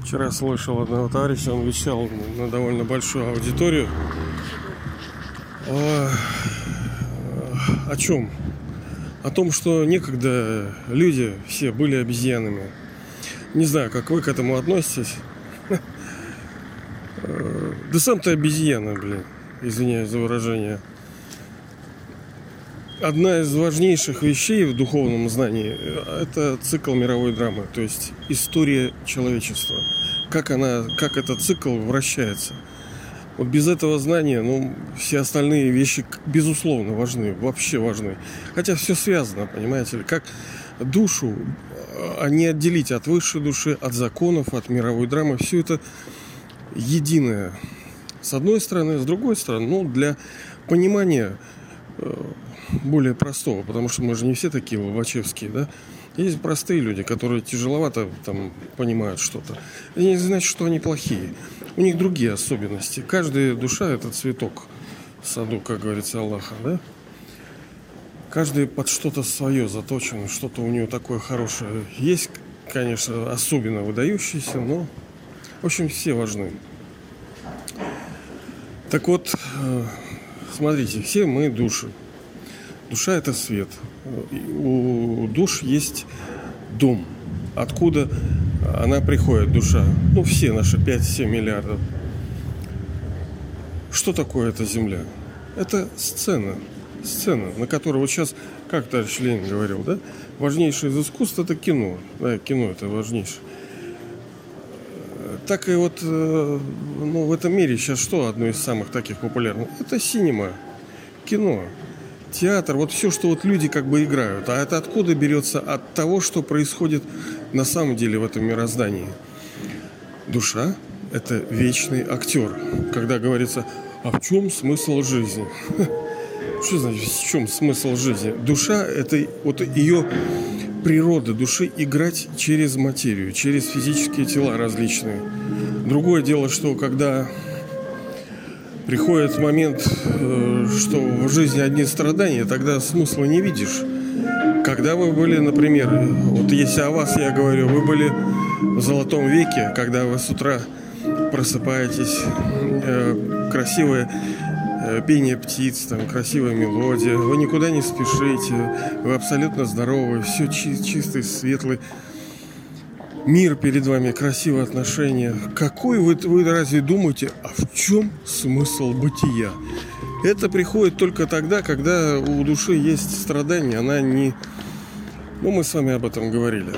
Вчера слышал одного товарища, он вещал на довольно большую аудиторию. О чем? О том, что некогда люди все были обезьянами. Не знаю, как вы к этому относитесь. Да сам ты обезьяна, блин. Извиняюсь за выражение. Одна из важнейших вещей в духовном знании – это цикл мировой драмы, то есть история человечества. Как этот цикл вращается. Вот без этого знания, все остальные вещи, безусловно, важны, вообще важны. Хотя все связано, понимаете ли, как душу, не отделить от высшей души, от законов, от мировой драмы. Все это единое. С одной стороны, с другой стороны, для понимания более простого, потому что мы же не все такие лобачевские, да? Есть простые люди, которые тяжеловато понимают что-то. Это не значит, что они плохие. У них другие особенности. Каждая душа – это цветок в саду, как говорится, Аллаха, да? Каждый под что-то свое заточен, что-то у него такое хорошее. Есть, конечно, особенно выдающиеся, но, в общем, все важны. Так вот, смотрите, все мы души. Душа – это свет. У душ есть дом. Откуда она приходит, душа? Все наши 5-7 миллиардов. Что такое эта земля? Это сцена. Сцена, на которой вот сейчас, как товарищ Ленин говорил, да? Важнейшее из искусств – это кино. Да, кино – это важнейшее. Так и вот в этом мире сейчас что одно из самых таких популярных? Это синема, кино. Театр, все, что люди играют. А это откуда берется? От того, что происходит на самом деле в этом мироздании. Душа – это вечный актер. Когда говорится, а в чем смысл жизни? Что значит, в чем смысл жизни? Душа – это ее природа души играть через материю, через физические тела различные. Другое дело, что когда приходит момент, что в жизни одни страдания, тогда смысла не видишь. Когда вы были, например, если о вас я говорю, вы были в золотом веке, когда вы с утра просыпаетесь, красивое пение птиц, красивая мелодия, вы никуда не спешите, вы абсолютно здоровы, все чистый, светлый. Мир перед вами, красивые отношения. Какой вы разве думаете, а в чем смысл бытия? Это приходит только тогда, когда у души есть страдания, она не... мы с вами об этом говорили.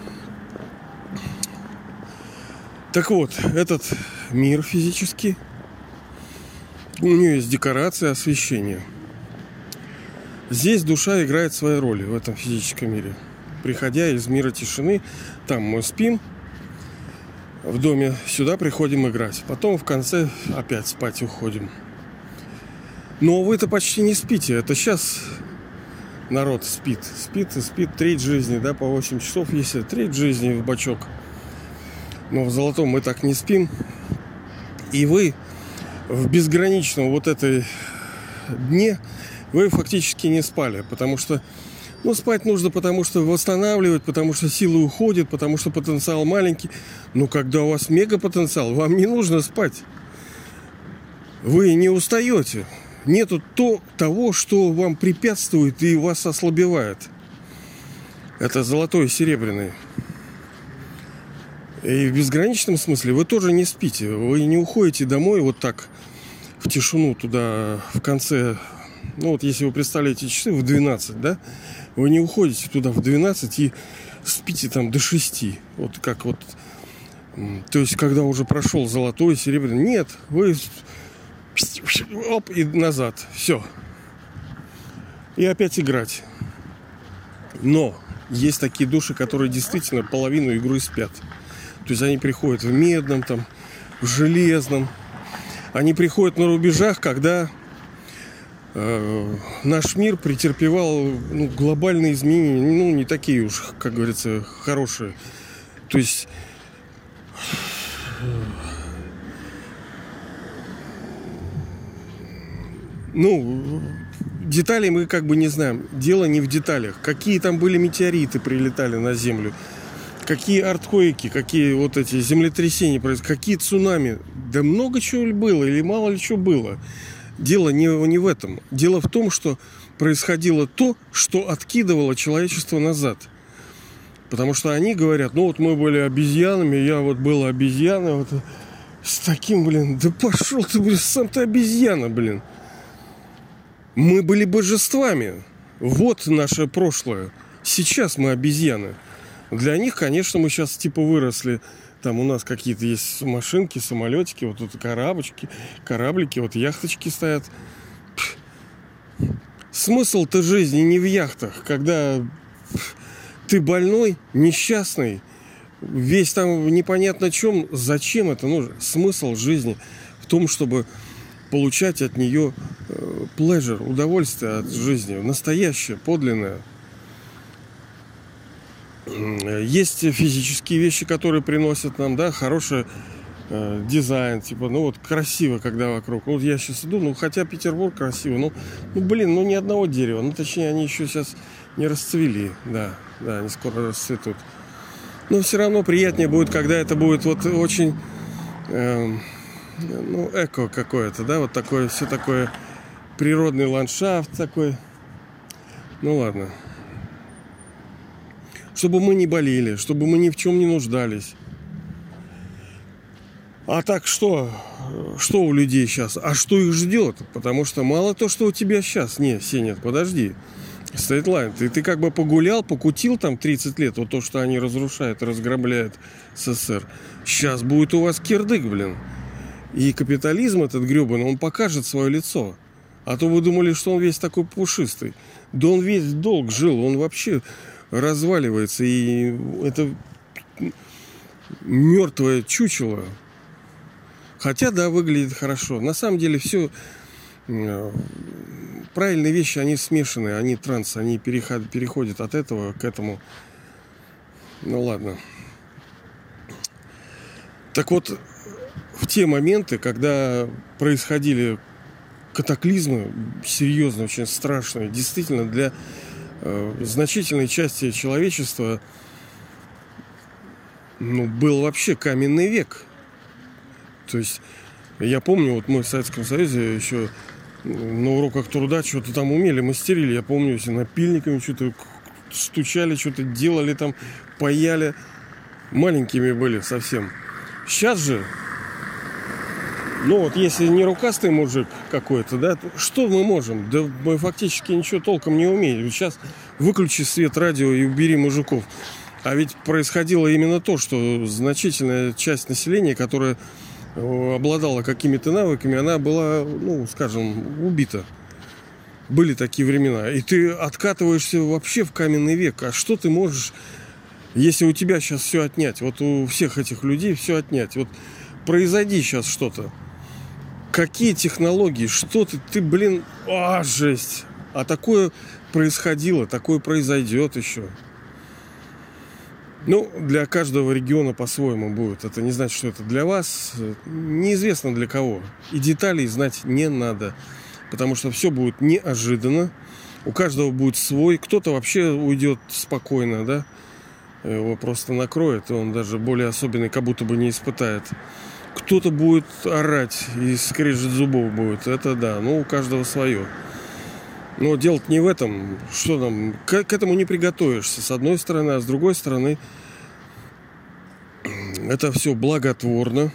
Так вот, этот мир физический, у нее есть декорация, освещение. Здесь душа играет свои роли в этом физическом мире. Приходя из мира тишины, там мы спим в доме, сюда приходим играть. Потом в конце опять спать уходим. Но вы-то почти не спите. Это сейчас народ спит. Спит и спит. Треть жизни, по 8 часов, если треть жизни в бачок. Но в золотом мы так не спим. И вы в безграничном этой дне вы фактически не спали, потому что спать нужно, потому что восстанавливать, потому что силы уходят, потому что потенциал маленький. Но когда у вас мегапотенциал, вам не нужно спать. Вы не устаете. Нету того, что вам препятствует и вас ослабевает. Это золотой и серебряный. И в безграничном смысле вы тоже не спите. Вы не уходите домой в тишину туда в конце. Если вы представляете часы в 12, да? Вы не уходите туда в 12 и спите до 6. То есть, когда уже прошел золотой, серебряный. Нет, вы и назад. Все. И опять играть. Но есть такие души, которые действительно половину игры спят. То есть, они приходят в медном, в железном. Они приходят на рубежах, когда наш мир претерпевал глобальные изменения, не такие уж, как говорится, хорошие. То есть деталей мы не знаем. Дело не в деталях. Какие там были метеориты, прилетали на Землю. какие артхойки, какие вот эти землетрясения происходят, какие цунами. Да много чего было или мало ли чего было. Дело не в этом. Дело в том, что происходило то, что откидывало человечество назад. Потому что они говорят, ну вот мы были обезьянами, я вот был обезьяной, вот с таким, блин, да пошел ты, блин, сам ты обезьяна, блин. Мы были божествами. Вот наше прошлое. Сейчас мы обезьяны. Для них, конечно, мы сейчас типа выросли. Там у нас какие-то есть машинки, самолетики, вот тут кораблики, вот яхточки стоят. Смысл-то жизни не в яхтах, когда ты больной, несчастный, весь там непонятно чем, зачем это нужно. Смысл жизни в том, чтобы получать от нее pleasure, удовольствие от жизни, настоящее, подлинное. Есть физические вещи, которые приносят нам, да, хороший дизайн, типа, ну вот красиво, когда вокруг. Вот я сейчас иду, ну хотя Петербург красивый, ну блин, ни одного дерева. Ну точнее, они еще сейчас не расцвели, да, они скоро расцветут. Но все равно приятнее будет, когда это будет вот очень, эко какое-то, да, вот такое, все такое, природный ландшафт такой. Ну ладно. Чтобы мы не болели, чтобы мы ни в чем не нуждались. А так что у людей сейчас? А что их ждет? Потому что мало то, что у тебя сейчас. Не, Сеня, подожди. Стейтлайн, ты как бы погулял, покутил там 30 лет. Вот то, что они разрушают, разграбляют СССР. Сейчас будет у вас кирдык, блин. И капитализм этот гребаный, он покажет свое лицо. А то вы думали, что он весь такой пушистый. Да он весь в долг жил, он вообще разваливается. И это мертвое чучело. Хотя, да, выглядит хорошо. На самом деле все правильные вещи, они смешаны, они транс, они переходят от этого к этому. Ну ладно. Так вот, в те моменты, когда происходили катаклизмы, серьезно, очень страшные, действительно, для значительной части человечества, был вообще каменный век. То есть, я помню, вот мы в Советском Союзе еще на уроках труда что-то там умели, мастерили. Я помню, если напильниками что-то стучали, что-то делали там, паяли. Маленькими были совсем. Сейчас же, вот если не рукастый мужик какой-то, да, что мы можем? Да мы фактически ничего толком не умеем. Сейчас выключи свет, радио и убери мужиков. А ведь происходило именно то, что значительная часть населения, которая обладала какими-то навыками, она была, скажем, убита. Были такие времена. И ты откатываешься вообще в каменный век. А что ты можешь, если у тебя сейчас все отнять? Вот у всех этих людей все отнять. Вот произойди сейчас что-то. Какие технологии? Что ты, блин, жесть. А такое происходило, такое произойдет еще. Для каждого региона по-своему будет. Это не значит, что это для вас. Неизвестно для кого. И деталей знать не надо. Потому что все будет неожиданно. У каждого будет свой. Кто-то вообще уйдет спокойно, да? Его просто накроет. И он даже более особенный как будто бы не испытает. Кто-то будет орать и скрежет зубов будет. Это да. У каждого свое. Но дело не в этом. Что там? К этому не приготовишься. С одной стороны, а с другой стороны, это все благотворно.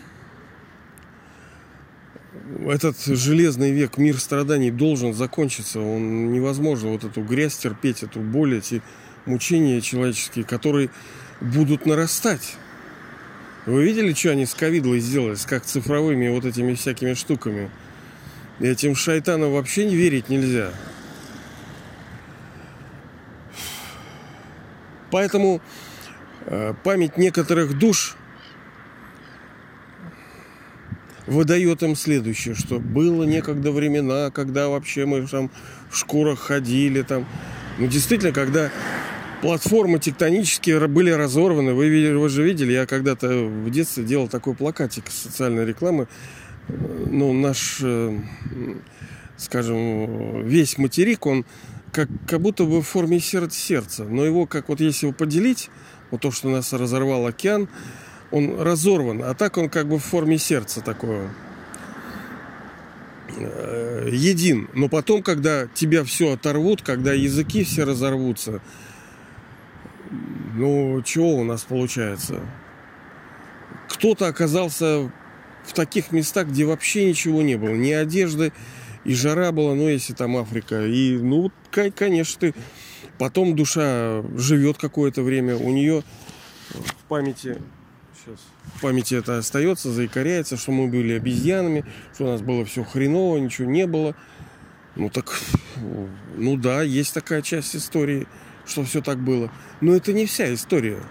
Этот железный век, мир страданий должен закончиться. Он невозможно вот эту грязь терпеть, эту боль, эти мучения человеческие, которые будут нарастать. Вы видели, что они с ковидлой сделали, как цифровыми вот этими всякими штуками? И этим шайтанам вообще не верить нельзя. Поэтому память некоторых душ выдает им следующее, что было некогда времена, когда вообще мы там в шкурах ходили. Там. Действительно, когда платформы тектонические были разорваны, вы же видели, я когда-то в детстве делал такой плакатик социальной рекламы. Наш, скажем, весь материк, он как будто бы в форме сердца. Но его, как вот если его поделить Вот то, что нас разорвал океан, он разорван, а так он как бы в форме сердца такое. Един. Но потом, когда тебя все оторвут, когда языки все разорвутся, ну, чего у нас получается? Кто-то оказался в таких местах, где вообще ничего не было. Ни одежды, и жара была, ну, если там Африка. И, ну, конечно, ты... Потом душа живет какое-то время, у нее в памяти... Сейчас. В памяти это остается, заикаряется, что мы были обезьянами, что у нас было все хреново, ничего не было. Ну так, ну да, есть такая часть истории, что все так было. Но это не вся история.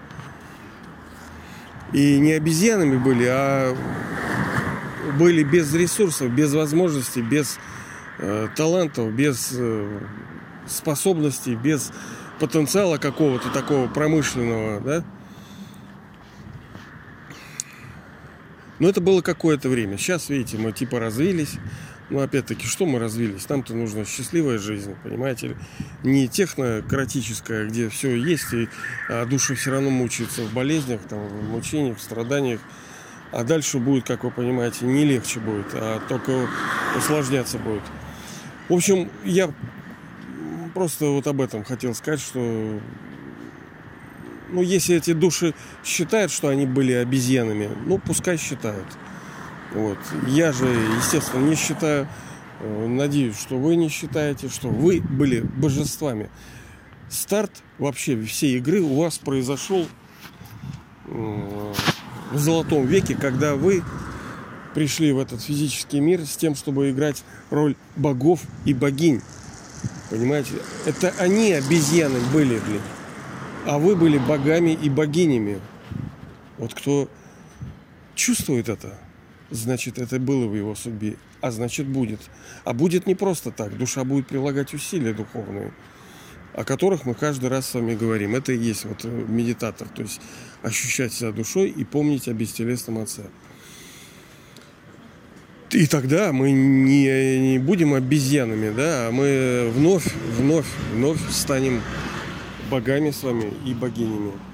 И не обезьянами были, а были без ресурсов, без возможностей, без талантов, без способностей, без потенциала какого-то такого промышленного, да? Но это было какое-то время. Сейчас, видите, мы типа развились. Но опять-таки, что мы развились? Нам-то нужна счастливая жизнь, понимаете? Не технократическая, где все есть, а душа все равно мучается в болезнях, там, в мучениях, в страданиях. А дальше будет, как вы понимаете, не легче будет, а только усложняться будет. В общем, я просто вот об этом хотел сказать, что... Ну, если эти души считают, что они были обезьянами, ну, пускай считают. Вот. Я же, естественно, не считаю. Надеюсь, что вы не считаете, что вы были божествами. Старт вообще всей игры у вас произошел в золотом веке, когда вы пришли в этот физический мир с тем, чтобы играть роль богов и богинь. Понимаете? Это они обезьяны были, блин. А вы были богами и богинями. Вот кто чувствует это, значит, это было в его судьбе. А значит, будет. А будет не просто так. Душа будет прилагать усилия духовные, о которых мы каждый раз с вами говорим. Это и есть вот медитатор. То есть ощущать себя душой и помнить о бестелесном Отце. И тогда мы не будем обезьянами, да, а мы вновь станем богами с вами и богинями.